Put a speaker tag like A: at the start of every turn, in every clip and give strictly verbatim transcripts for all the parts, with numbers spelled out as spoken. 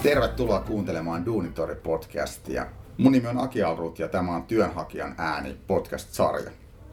A: Tervetuloa kuuntelemaan Duunitori-podcastia. Mun nimi on Aki Alruut ja tämä on Työnhakijan ääni podcast-sarja.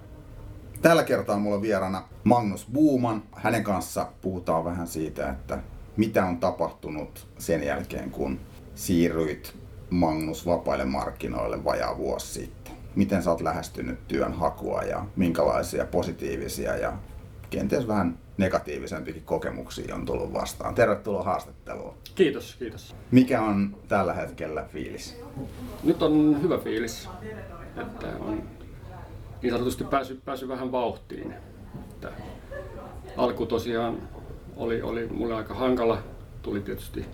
A: Tällä kertaa mulla on vieraana Magnus Boman. Hänen kanssa puhutaan vähän siitä, että mitä on tapahtunut sen jälkeen, kun siirryit Magnus vapaille markkinoille vajaa vuosi sitten. Miten sä oot lähestynyt työnhakua ja minkälaisia positiivisia ja kenties vähän negatiivisempikin kokemuksia on tullut vastaan. Tervetuloa haastatteluun.
B: Kiitos, kiitos.
A: Mikä on tällä hetkellä fiilis?
B: Nyt on hyvä fiilis, että on niin sanotusti päässyt, päässyt vähän vauhtiin. Että alku tosiaan oli, oli mulle aika hankala. Tuli tietysti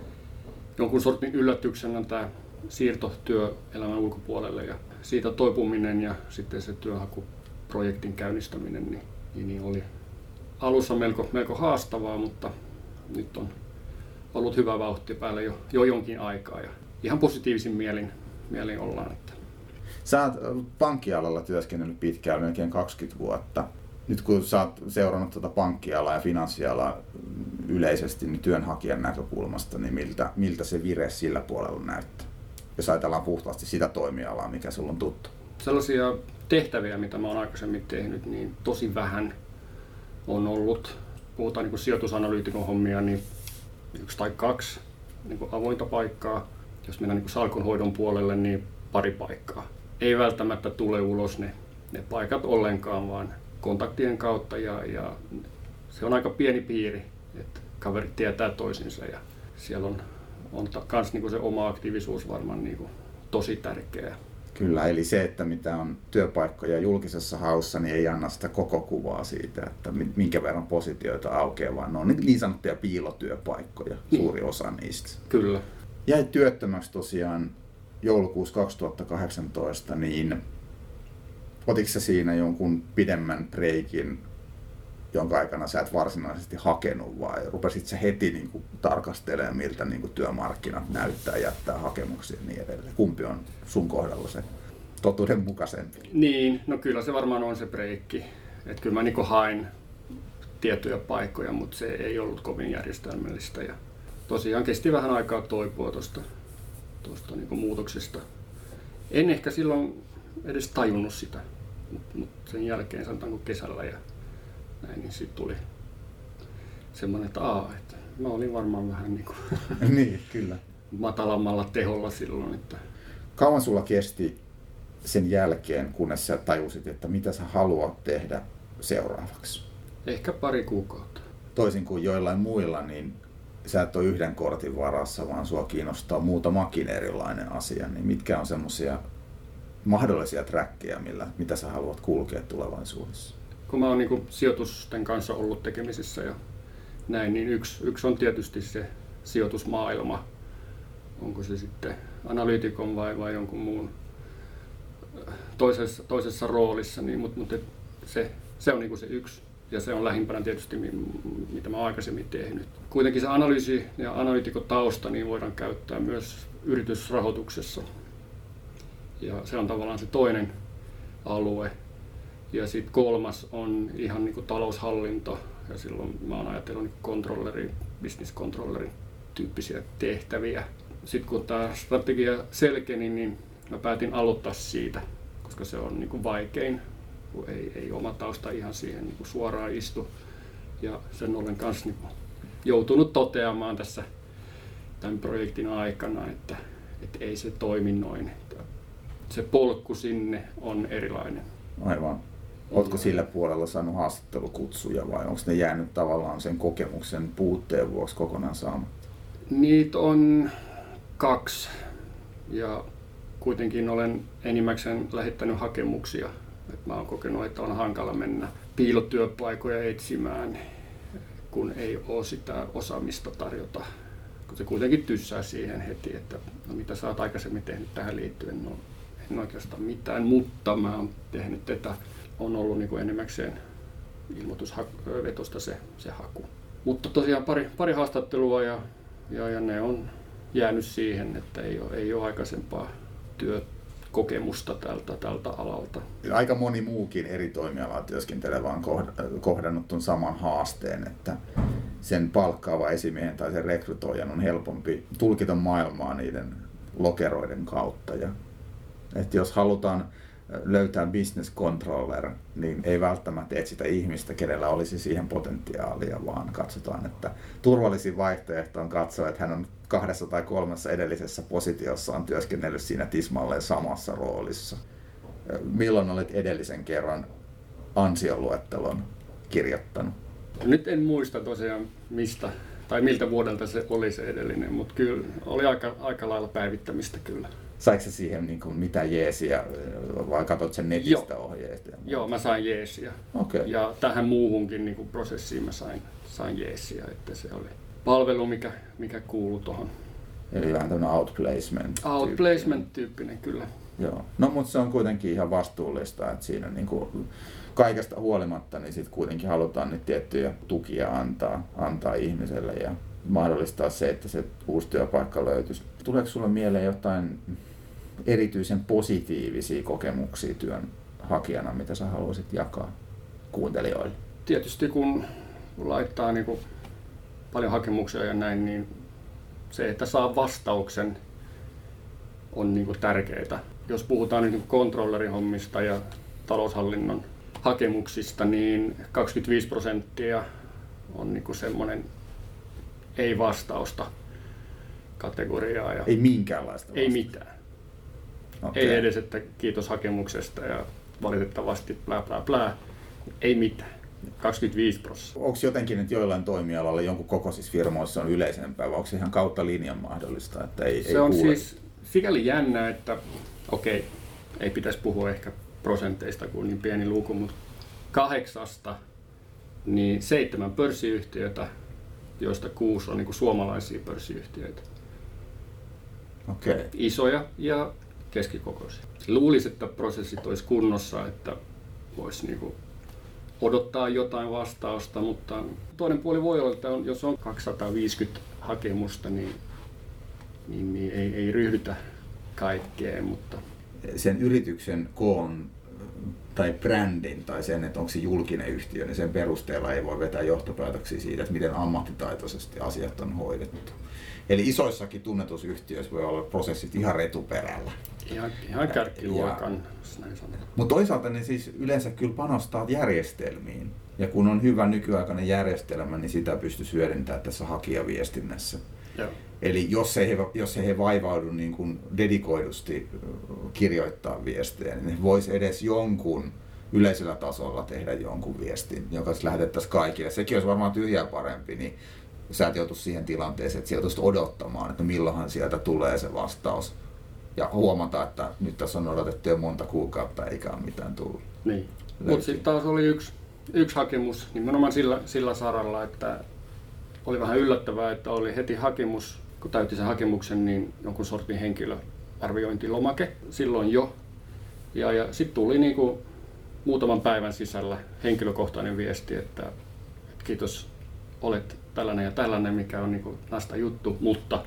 B: jonkun sortin yllätyksenä tämä siirto työelämän ulkopuolelle ja siitä toipuminen ja sitten se työnhakuprojektin käynnistäminen niin, niin, niin oli alussa melko, melko haastavaa, mutta nyt on ollut hyvä vauhti päällä jo, jo jonkin aikaa ja ihan positiivisin mielin, mielin ollaan. Että.
A: Sä oot pankkialalla työskennellyt pitkään, melkein kaksikymmentä vuotta. Nyt kun sä oot seurannut tuota pankkialaa ja finanssialaa yleisesti niin työnhakijan näkökulmasta, niin miltä, miltä se vire sillä puolella näyttää? Jos ajatellaan puhtaasti sitä toimialaa, mikä sulla on tuttu.
B: Sellaisia tehtäviä, mitä mä oon aikaisemmin tehnyt, niin tosi vähän on ollut. Puhutaan niin kuin sijoitusanalyytikon hommia, niin yksi tai kaksi niin kuin avointa paikkaa. Jos mennään niin kuin salkunhoidon puolelle, niin pari paikkaa. Ei välttämättä tule ulos ne, ne paikat ollenkaan, vaan kontaktien kautta. Ja, ja se on aika pieni piiri, että kaverit tietää toisinsa. Ja siellä on, on myös niin kuin se oma aktiivisuus varmaan niin kuin tosi tärkeää.
A: Kyllä, eli se, että mitä on työpaikkoja julkisessa haussa, niin ei anna sitä koko kuvaa siitä, että minkä verran positioita aukeaa, vaan ne on niin sanottuja piilotyöpaikkoja, niin. Suuri osa niistä.
B: Kyllä.
A: Jäit työttömäksi tosiaan joulukuussa kaksituhattakahdeksantoista, niin otitko sä siinä jonkun pidemmän breikin, jonka aikana sä et varsinaisesti hakenut, vai rupesit sä heti niin kuin tarkastelemaan, miltä niin kuin työmarkkinat näyttää, jättää hakemuksia ja niin edelleen? Kumpi on sun kohdalla se totuudenmukaisempi?
B: Niin, no kyllä se varmaan on se breikki. Että kyllä mä niin kuin hain tiettyjä paikkoja, mutta se ei ollut kovin järjestelmällistä. Ja tosiaan kesti vähän aikaa toipua tuosta tuosta niin kuin muutoksesta. En ehkä silloin edes tajunnut sitä, mutta mut sen jälkeen sanotaanko kesällä ja näin, niin sitten tuli semmoinen, että aa, että mä olin varmaan vähän niin kuin
A: niin, kyllä.
B: matalammalla teholla silloin. Että.
A: Kauan sulla kesti sen jälkeen, kunnes sä tajusit, että mitä sä haluat tehdä seuraavaksi?
B: Ehkä pari kuukautta.
A: Toisin kuin joillain muilla, niin sä et ole yhden kortin varassa, vaan sua kiinnostaa muutamakin erilainen asia. Niin mitkä on semmoisia mahdollisia trackeja, millä, mitä sä haluat kulkea tulevaisuudessa?
B: Kun mä oon niin kuin sijoitusten kanssa ollut tekemisissä ja näin, niin yksi, yksi on tietysti se sijoitusmaailma. Onko se sitten analyytikon vai, vai jonkun muun toisessa, toisessa roolissa, niin, mutta, mutta se, se on niin kuin se yksi. Ja se on lähimpänä tietysti, mitä mä oon aikaisemmin tehnyt. Kuitenkin se analyysi ja analyytikotausta niin voidaan käyttää myös yritysrahoituksessa. Ja se on tavallaan se toinen alue. Ja sitten kolmas on ihan niin kuin taloushallinto. Ja silloin mä oon ajatellut niin controlleri, business controllerin tyyppisiä tehtäviä. Sitten kun tämä strategia selkeni, niin mä päätin aloittaa siitä, koska se on niin kuin vaikein. Ei, ei oma tausta ihan siihen niin kuin suoraan istu. Ja sen olen kanssa niin kuin joutunut toteamaan tässä tämän projektin aikana, että, että ei se toimi noin. Se polku sinne on erilainen.
A: Aivan. Oletko sillä puolella saanut haastattelukutsuja vai onko ne jäänyt tavallaan sen kokemuksen puutteen vuoksi kokonaan saamatta?
B: Niitä on kaksi. Ja kuitenkin olen enimmäkseen lähettänyt hakemuksia. Et mä oon kokenut, että on hankala mennä piilotyöpaikoja etsimään, kun ei ole sitä osaamista tarjota. Kun se kuitenkin tyssää siihen heti, että no mitä sä oot aikaisemmin tehnyt tähän liittyen. No, en oikeastaan mitään, mutta mä oon tehnyt tätä. On ollut niin kuin enimmäkseen ilmoitusvetosta se, se haku. Mutta tosiaan pari, pari haastattelua ja, ja, ja ne on jäänyt siihen, että ei ole, ei ole aikaisempaa työkokemusta tältä, tältä alalta.
A: Aika moni muukin eri toimialaa työskentelevä on kohdannut tuon saman haasteen, että sen palkkaava esimiehen tai sen rekrytoijan on helpompi tulkita maailmaa niiden lokeroiden kautta. Ja, että jos halutaan löytää business controller, niin ei välttämättä etsitä ihmistä, kenellä olisi siihen potentiaalia, vaan katsotaan, että turvallisin vaihtoehto on katsoa, että hän on kahdessa tai kolmessa edellisessä positiossa on työskennellyt siinä tismalleen samassa roolissa. Milloin olet edellisen kerran ansioluettelon kirjoittanut?
B: Nyt en muista tosiaan mistä tai miltä vuodelta se oli se edellinen, mutta kyllä oli aika, aika lailla päivittämistä kyllä.
A: Saiko se siihen niin kuin mitään jeesiä vai katsot sen netistä
B: Joo.
A: ohjeista?
B: Joo, mä sain jeesiä.
A: Okay.
B: Ja tähän muuhunkin niin kuin prosessiin mä sain, sain jeesiä, että se oli palvelu, mikä, mikä kuului tuohon.
A: Eli vähän tämmöinen outplacement.
B: Outplacement-tyyppinen, kyllä.
A: Joo. No, mutta se on kuitenkin ihan vastuullista, että siinä niin kuin kaikesta huolimatta niin sit kuitenkin halutaan niitä tiettyjä tukia antaa, antaa ihmiselle ja mahdollistaa se, että se uusi työpaikka löytyisi. Tuleeko sulle mieleen jotain erityisen positiivisia kokemuksia työn hakijana, mitä sä haluaisit jakaa kuuntelijoille?
B: Tietysti kun laittaa niin kuin paljon hakemuksia ja näin, niin se, että saa vastauksen, on niin kuin tärkeää. Jos puhutaan niin kuin controllerin hommista ja taloushallinnon hakemuksista, niin kaksikymmentäviisi prosenttia on niin kuin semmoinen ei-vastausta kategoriaa. Ja
A: ei minkäänlaista vastausta?
B: Ei mitään. Okay. Ei edes, että kiitos hakemuksesta ja valitettavasti plää plää plää. Ei mitään. kaksikymmentäviisi prosenttia.
A: Onko jotenkin, että joillain toimialalla jonkun kokoisissa firmoissa on yleisempää, vai onko se ihan kautta linjan mahdollista? Että ei,
B: se
A: ei
B: on
A: kuule?
B: Siis sikäli jännä, että okei, okay, ei pitäisi puhua ehkä prosenteista kuin niin pieni luku, mutta kahdeksasta niin seitsemän pörssiyhtiötä, joista kuusi on niin kuin suomalaisia pörssiyhtiöitä.
A: Okay.
B: Isoja ja keskikokoisia. Luulisi, että prosessit olisi kunnossa, että voisi niin kuin odottaa jotain vastausta, mutta toinen puoli voi olla, että on, jos on kaksisataaviisikymmentä hakemusta, niin, niin, niin ei, ei ryhdytä kaikkeen. Mutta
A: sen yrityksen koon tai brändin tai sen, että onko se julkinen yhtiö, niin sen perusteella ei voi vetää johtopäätöksiä siitä, että miten ammattitaitoisesti asiat on hoidettu. Eli isoissakin tunnetusyhtiöissä voi olla prosessit ihan retuperällä.
B: Ihan, ihan kärkiluokan, jos näin sanotaan.
A: Mutta toisaalta ne siis yleensä kyllä panostaa järjestelmiin. Ja kun on hyvä nykyaikainen järjestelmä, niin sitä pystyy hyödyntämään tässä hakijaviestinnässä.
B: Joo.
A: Eli jos ei he, jos ei he vaivaudu niin kuin dedikoidusti kirjoittaa viestejä, niin he vois edes jonkun yleisellä tasolla tehdä jonkun viestin, joka lähetettäisiin kaikille. Sekin olisi varmaan tyhjää parempi, niin sä et joutu siihen tilanteeseen, että sieltä odottamaan, että milloinhan sieltä tulee se vastaus. Ja huomata, että nyt tässä on odotettu jo monta kuukautta eikä ole mitään tullut.
B: Niin. Mutta sitten taas oli yksi, yksi hakemus nimenomaan sillä, sillä saralla, että oli vähän yllättävää, että oli heti hakemus, kun täytti sen hakemuksen, niin jonkun sortin henkilöarviointilomake silloin jo. Ja, ja sitten tuli niinku muutaman päivän sisällä henkilökohtainen viesti, että, että kiitos, olet tällainen ja tällainen, mikä on niinku nasta juttu, mutta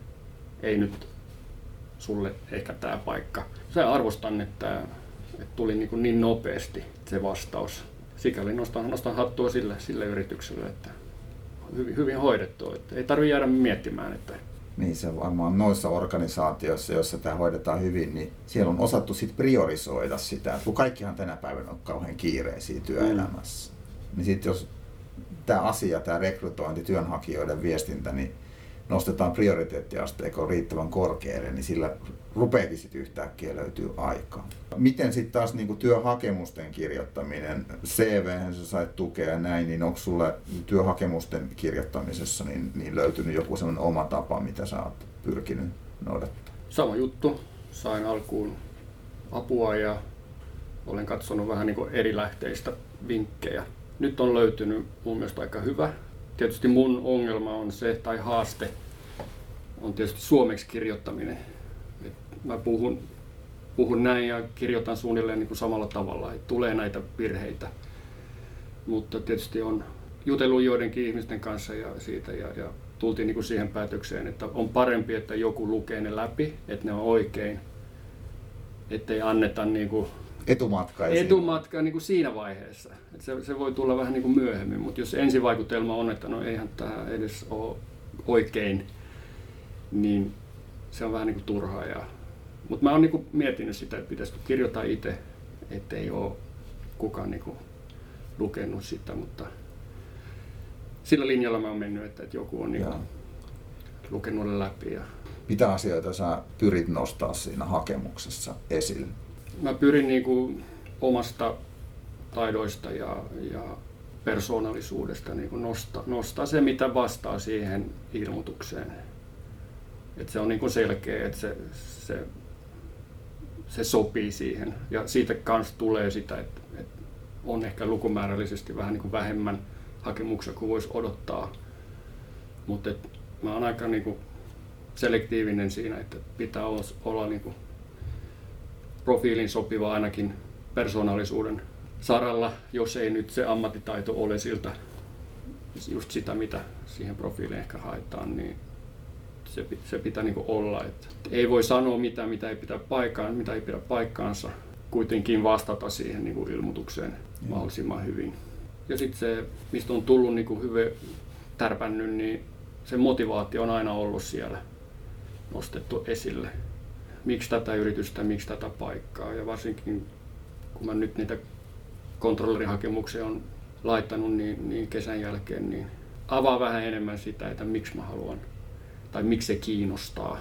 B: ei nyt sulle ehkä tämä paikka. Se arvostan, että, että tuli niin, kuin niin nopeasti se vastaus. Sikäli nostan, nostan hattua sille, sille yritykselle, että hyvin, hyvin hoidettu. Että ei tarvitse jäädä miettimään. Että
A: niin se varmaan noissa organisaatioissa, joissa tämä hoidetaan hyvin, niin siellä on osattu sit priorisoida sitä, kun kaikkihan tänä päivänä on kauhean kiireisiä työelämässä. Mm. Niin sitten jos tämä asia, tämä rekrytointi, työnhakijoiden viestintä, niin nostetaan prioriteettiasteikon riittävän korkealle, niin sillä rupeekin sitten yhtäkkiä löytyy aikaa. Miten sitten taas niinku työhakemusten kirjoittaminen, C V:hän sä sait tukea ja näin, niin onko sulle työhakemusten kirjoittamisessa niin, niin löytynyt joku sellainen oma tapa, mitä sä oot pyrkinyt noudattamaan?
B: Sama juttu. Sain alkuun apua ja olen katsonut vähän niinku eri lähteistä vinkkejä. Nyt on löytynyt mun mielestä aika hyvä. Tietysti mun ongelma on se, tai haaste, on tietysti suomeksi kirjoittaminen. Et mä puhun, puhun näin ja kirjoitan suunnilleen niin kuin samalla tavalla, että tulee näitä virheitä. Mutta tietysti on jutellut joidenkin ihmisten kanssa ja siitä ja, ja tultiin niin kuin siihen päätökseen, että on parempi, että joku lukee ne läpi, että ne on oikein. Ettei anneta niin kuin
A: Etumatka.
B: Etumatka niin kuin siinä vaiheessa. Et se, se voi tulla vähän niin kuin myöhemmin, mutta jos ensivaikutelma on, että no eihän tämä edes ole oikein, niin se on vähän niin kuin turhaa. Ja... Mutta mä oon niin kuin miettinyt sitä, että pitäisikö kirjoittaa itse, ettei ole kukaan niin kuin lukenut sitä, mutta sillä linjalla mä oon mennyt, että, että joku on niin kuin lukenut läpi. Ja...
A: Mitä asioita sä pyrit nostaa siinä hakemuksessa esille?
B: Mä pyrin niin kuin omasta taidoista ja, ja persoonallisuudesta niin kuin nostaa, nostaa se, mitä vastaa siihen ilmoitukseen. Että se on niin kuin selkeä, että se, se, se sopii siihen. Ja siitä kanssa tulee sitä, että, että on ehkä lukumäärällisesti vähän niin kuin vähemmän hakemuksia kuin voisi odottaa. Mutta mä oon aika niin kuin selektiivinen siinä, että pitää olla niin kuin profiilin sopiva ainakin persoonallisuuden saralla, jos ei nyt se ammattitaito ole siltä just sitä, mitä siihen profiiliin ehkä haetaan, niin se, se pitää niin kuin olla. Että ei voi sanoa mitään, mitä ei pidä paikkaan, mitä ei pidä paikkaansa, kuitenkin vastata siihen niin kuin ilmoitukseen mm. mahdollisimman hyvin. Ja sitten se, mistä on tullut niin kuin hyvin tärpännyt, niin se motivaatio on aina ollut siellä nostettu esille. Miksi tätä yritystä, miksi tätä paikkaa, ja varsinkin kun mä nyt niitä kontrollerihakemuksia on laittanut niin, niin kesän jälkeen, niin avaa vähän enemmän sitä, että miksi mä haluan, tai miksi se kiinnostaa.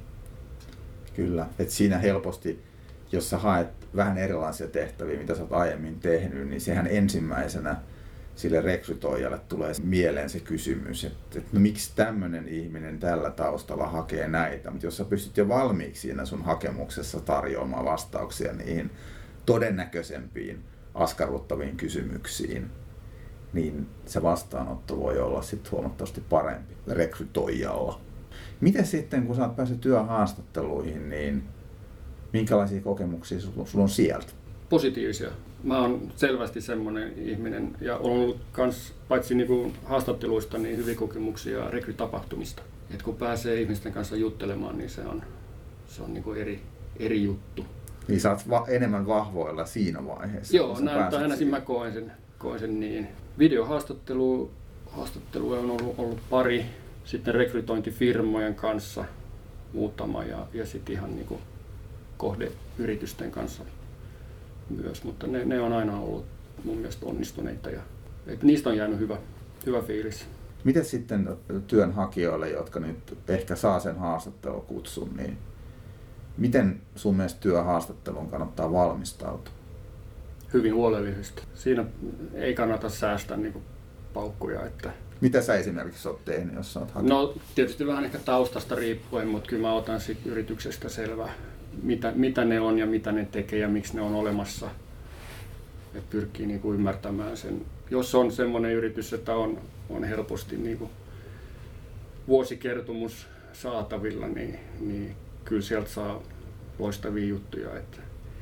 A: Kyllä, että siinä helposti, jos sä haet vähän erilaisia tehtäviä, mitä sä oot aiemmin tehnyt, niin sehän ensimmäisenä sille rekrytoijalle tulee mieleen se kysymys, että, että no, miksi tämmöinen ihminen tällä taustalla hakee näitä, mutta jos sä pystyt jo valmiiksi siinä sun hakemuksessa tarjoamaan vastauksia niihin todennäköisempiin askarruttaviin kysymyksiin, niin se vastaanotto voi olla sitten huomattavasti parempi rekrytoijalla. Miten sitten, kun sä oot päässyt työhaastatteluihin, niin minkälaisia kokemuksia sulla on sieltä?
B: Positiivisia. Mä oon selvästi semmoinen ihminen ja on ollut kans, paitsi niinku haastatteluista niin hyviä kokemuksia rekrytapahtumista. Et kun pääsee ihmisten kanssa juttelemaan, niin se on, se on niinku eri, eri juttu.
A: Niin sä oot va- enemmän vahvoilla siinä vaiheessa.
B: Joo, näin, ainakin mä koen sen, koen sen niin. Videohaastattelu haastatteluja on ollut, ollut pari, sitten rekrytointifirmojen kanssa muutama ja, ja sitten ihan niinku kohdeyritysten kanssa myös, mutta ne, ne on aina ollut mun mielestä onnistuneita ja et niistä on jäänyt hyvä, hyvä fiilis.
A: Miten sitten työnhakijoille, jotka nyt ehkä saa sen haastattelukutsun, niin miten sun mielestä työhaastatteluun kannattaa valmistautua?
B: Hyvin huolellisesti. Siinä ei kannata säästää niin kuin paukkuja. Että...
A: Mitä sä esimerkiksi oot tehnyt, jos sä oot hakenut?
B: No tietysti vähän ehkä taustasta riippuen, mutta kyllä mä otan sit yrityksestä selvää, mitä, mitä ne on ja mitä ne tekee ja miksi ne on olemassa. Et pyrkii niin kuin ymmärtämään sen. Jos on semmoinen yritys, että on, on helposti niin kuin vuosikertomus saatavilla, niin, niin kyllä sieltä saa loistavia juttuja. Että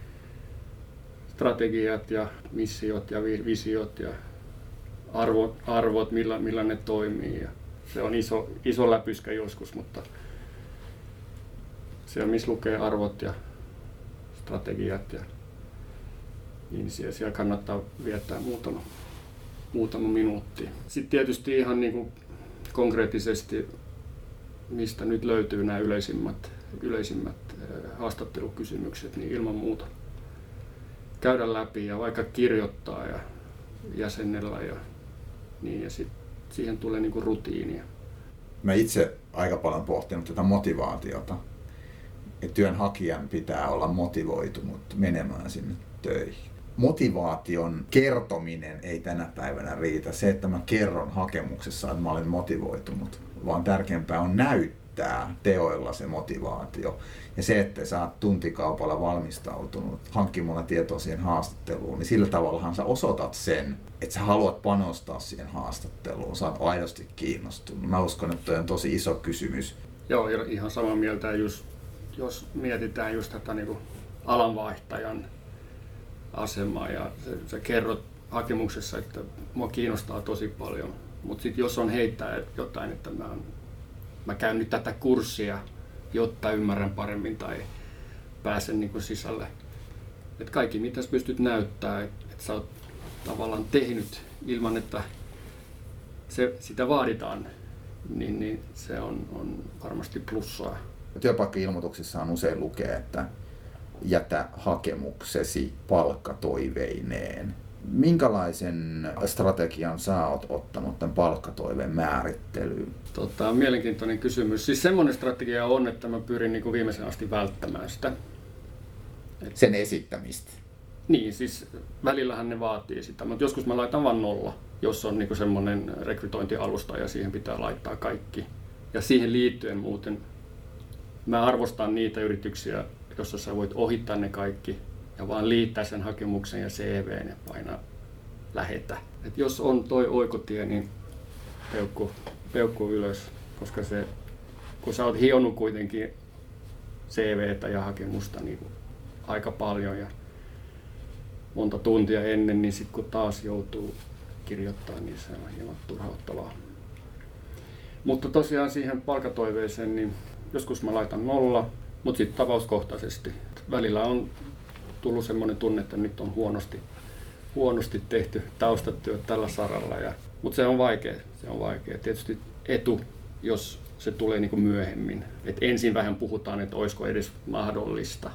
B: strategiat ja missiot ja visiot ja arvot, arvot millä, millä ne toimii. Ja se on iso, iso läpyskä joskus, mutta siellä missä lukee arvot ja strategiat ja niin siellä kannattaa viettää muutama, muutama minuutti. Sitten tietysti ihan niin kuin konkreettisesti, mistä nyt löytyy nämä yleisimmät, yleisimmät haastattelukysymykset, niin ilman muuta käydä läpi ja vaikka kirjoittaa ja jäsennellä ja niin, ja sit siihen tulee niinku rutiinia.
A: Mä itse aika paljon pohtinut tätä motivaatiota. Et työnhakijan pitää olla motivoitunut menemään sinne töihin. Motivaation kertominen ei tänä päivänä riitä. Se, että mä kerron hakemuksessa, että mä olen motivoitunut, vaan tärkeämpää on näyttää teoilla se motivaatio. Ja se, että sä oot tuntikaupalla valmistautunut hankkimalla tietoa siihen haastatteluun, niin sillä tavallahan sä osoitat sen, että sä haluat panostaa siihen haastatteluun. Sä oot aidosti kiinnostunut. Mä uskon, että toi on tosi iso kysymys.
B: Joo, ihan samaa mieltä. Just, jos mietitään just tätä niin kuin alanvaihtajan asemaa ja sä, sä kerrot hakemuksessa, että mua kiinnostaa tosi paljon. Mutta sitten jos on heittää jotain, että mä, on, mä käyn nyt tätä kurssia, jotta ymmärrän paremmin tai pääsen niin kuin sisälle, että kaikki mitä sä pystyt näyttää, että, että sä oot tavallaan tehnyt ilman, että se, sitä vaaditaan, niin, niin se on, on varmasti plussaa.
A: Työpaikka-ilmoituksissaan usein lukee, että jätä hakemuksesi palkkatoiveineen. Minkälaisen strategian sä oot ottanut tämän palkkatoiveen määrittelyyn?
B: Tota, mielenkiintoinen kysymys. Siis semmoinen strategia on, että mä pyrin niin kuin viimeisen asti välttämään sitä.
A: Et... Sen esittämistä?
B: Niin, siis välillähän ne vaatii sitä, mutta joskus mä laitan vain nolla, jos on niin kuin semmoinen rekrytointialusta ja siihen pitää laittaa kaikki. Ja siihen liittyen muuten mä arvostan niitä yrityksiä, jossa sä voit ohittaa ne kaikki ja vaan liittää sen hakemuksen ja C V:n ja painaa lähetä. Et jos on toi oikotie, niin peukku, peukku ylös, koska se, kun sä oot hionnut kuitenkin C V:tä ja hakemusta niin aika paljon ja monta tuntia ennen, niin sitten kun taas joutuu kirjoittamaan, niin se on hieman turhauttavaa. Mutta tosiaan siihen palkkatoiveeseen, niin joskus mä laitan nolla, mutta sitten tapauskohtaisesti. Välillä on tullut semmoinen tunne, että nyt on huonosti, huonosti tehty taustatyö tällä saralla. Ja, mutta se on vaikea. Se on vaikea. Tietysti etu, jos se tulee niin kuin myöhemmin. Et ensin vähän puhutaan, että olisiko edes mahdollista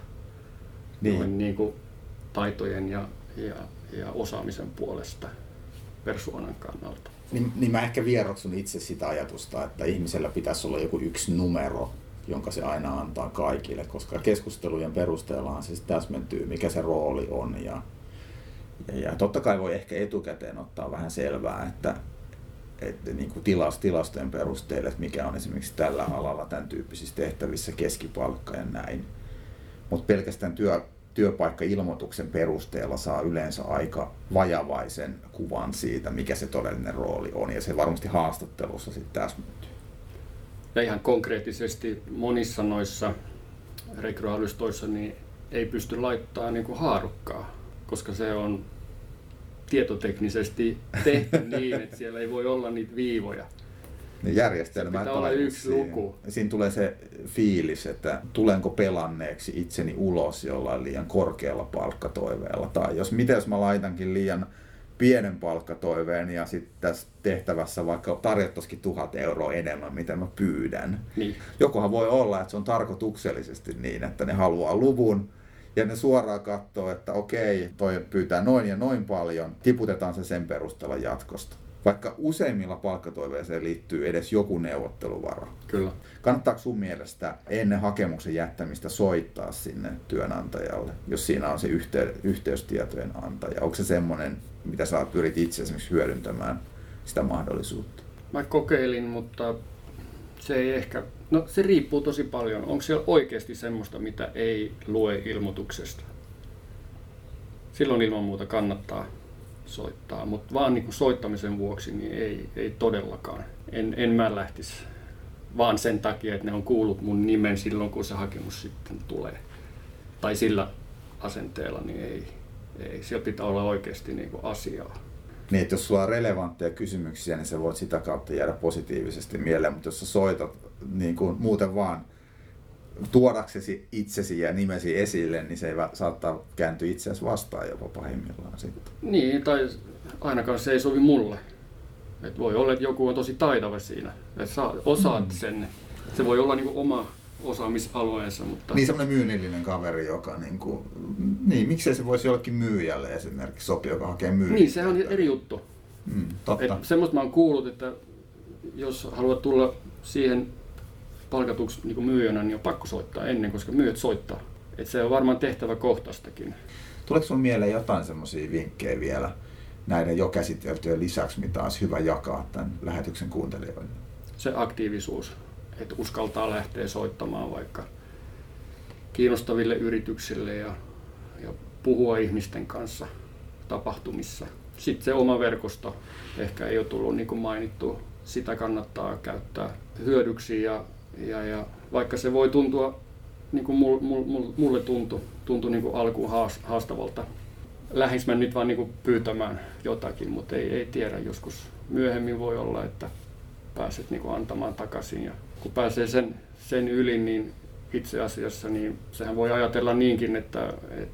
B: niin. Niin kuin taitojen ja, ja, ja osaamisen puolesta persoonan kannalta.
A: Niin, niin mä ehkä vieroksun itse sitä ajatusta, että ihmisellä pitäisi olla joku yksi numero, jonka se aina antaa kaikille, koska keskustelujen perusteellahan se täsmentyy, mikä se rooli on. Ja, ja, ja totta kai voi ehkä etukäteen ottaa vähän selvää, että, että niin kuin tilas, tilastojen perusteella, että mikä on esimerkiksi tällä alalla tämän tyyppisissä tehtävissä keskipalkka ja näin. Mutta pelkästään työ, työpaikka-ilmoituksen perusteella saa yleensä aika vajavaisen kuvan siitä, mikä se todellinen rooli on, ja se varmasti haastattelussa sitten täsmentyy.
B: Ja ihan konkreettisesti monissa noissa rekryalustoissa niin ei pysty laittamaan niin kuin haarukkaa, koska se on tietoteknisesti tehty niin, että siellä ei voi olla niitä viivoja.
A: Niin järjestelmä
B: pitää olla yksi
A: siihen.
B: luku.
A: Siinä tulee se fiilis, että tulenko pelanneeksi itseni ulos jollain liian korkealla palkkatoiveella. Tai jos, miten jos mä laitankin liian pienen palkkatoiveen ja sitten tässä tehtävässä vaikka tarjottaisikin tuhat euroa enemmän, mitä mä pyydän.
B: Niin.
A: Jokohan voi olla, että se on tarkoituksellisesti niin, että ne haluaa luvun ja ne suoraan katsoo, että okei, toi pyytää noin ja noin paljon, tiputetaan se sen perusteella jatkosta. Vaikka useimmilla palkkatoiveeseen liittyy edes joku neuvotteluvara.
B: Kyllä.
A: Kannattaako sun mielestä ennen hakemuksen jättämistä soittaa sinne työnantajalle, jos siinä on se yhtey- yhteystietojen antaja? Onko se semmoinen, mitä sä pyrit itse esimerkiksi hyödyntämään sitä mahdollisuutta?
B: Mä kokeilin, mutta se ei ehkä... No se riippuu tosi paljon. Onko siellä oikeasti semmoista, mitä ei lue ilmoituksesta? Silloin ilman muuta kannattaa soittaa, mutta vaan niin kuin soittamisen vuoksi niin ei, ei todellakaan. En, en mä lähtisi vaan sen takia, että ne on kuullut mun nimen silloin, kun se hakemus sitten tulee. Tai sillä asenteella, niin ei. ei. Siellä pitää olla oikeasti niin kuin asiaa.
A: Niin, että jos sulla on relevantteja kysymyksiä, niin sä voit sitä kautta jäädä positiivisesti mieleen, mutta jos sä soitat niin kuin muuten vaan tuodaksesi itsesi ja nimesi esille, niin se ei saattaa kääntyä itseäsi vastaan jopa pahimmillaan sitten.
B: Niin, tai ainakaan se ei sovi mulle. Et voi olla, että joku on tosi taitava siinä, että sä osaat mm. sen. Se voi olla niinku oma osaamisalueensa. Mutta...
A: Niin, semmoinen myynnillinen kaveri, joka... Niinku, niin, miksei se voisi jollekin myyjälle esimerkiksi sopia, joka hakee myyntiä.
B: Niin, se on eri juttu.
A: Mm, totta.
B: Et semmoista mä oon kuullut, että jos haluat tulla siihen palkatuksi niin kuin myyjänä, niin on pakko soittaa ennen, koska myyjät soittaa. Et se on varmaan tehtävä kohtastakin.
A: Tuleeko sun mieleen jotain semmoisia vinkkejä vielä näiden jo käsiteltyjen lisäksi, mitä olisi hyvä jakaa tämän lähetyksen kuuntelijoille?
B: Se aktiivisuus, että uskaltaa lähteä soittamaan vaikka kiinnostaville yrityksille ja, ja puhua ihmisten kanssa tapahtumissa. Sitten se oma verkosto ehkä ei ole tullut niin kuin mainittu. Sitä kannattaa käyttää hyödyksi ja, ja, ja vaikka se voi tuntua, niin kuin mulle, mulle tuntui, tuntui niin kuin alkuun haastavalta. Lähdis mä nyt vaan niin kuin pyytämään jotakin, mutta ei, ei tiedä. Joskus myöhemmin voi olla, että pääset niin kuin antamaan takaisin. Ja kun pääsee sen, sen yli, niin itse asiassa niin sehän voi ajatella niinkin, että, että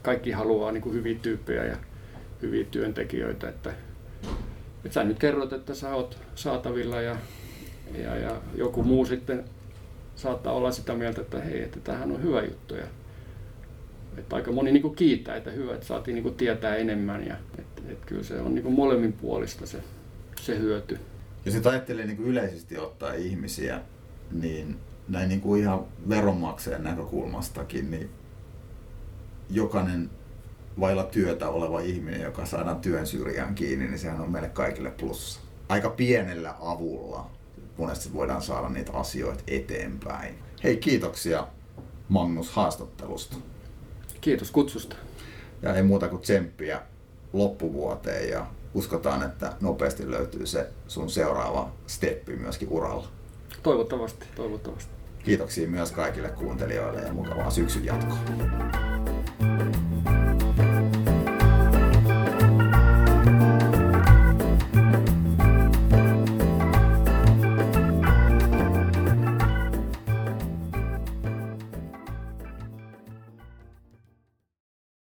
B: kaikki haluaa niin kuin hyviä tyyppejä ja hyviä työntekijöitä. Että, että sä nyt kerrot, että sä oot saatavilla ja, ja, ja joku muu sitten saattaa olla sitä mieltä, että hei, että tämähän on hyvä juttu. Ja, että aika moni niin kuin kiittää, että hyvä, että saatiin niin kuin tietää enemmän. Ja, että, että kyllä se on niin kuin molemmin puolista se, se hyöty.
A: Jos nyt ajattelee niin kuin yleisesti ottaa ihmisiä, niin näin niin kuin ihan veronmaksajan näkökulmastakin, niin jokainen vailla työtä oleva ihminen, joka saadaan työn syrjään kiinni, niin sehän on meille kaikille plussa. Aika pienellä avulla monesti voidaan saada niitä asioita eteenpäin. Hei, kiitoksia Magnus haastattelusta.
B: Kiitos kutsusta.
A: Ja ei muuta kuin tsemppiä loppuvuoteen ja uskotaan, että nopeasti löytyy se sun seuraava steppi myöskin uralla.
B: Toivottavasti, toivottavasti.
A: Kiitoksia myös kaikille kuuntelijoille ja mukavaa syksyn jatkoa.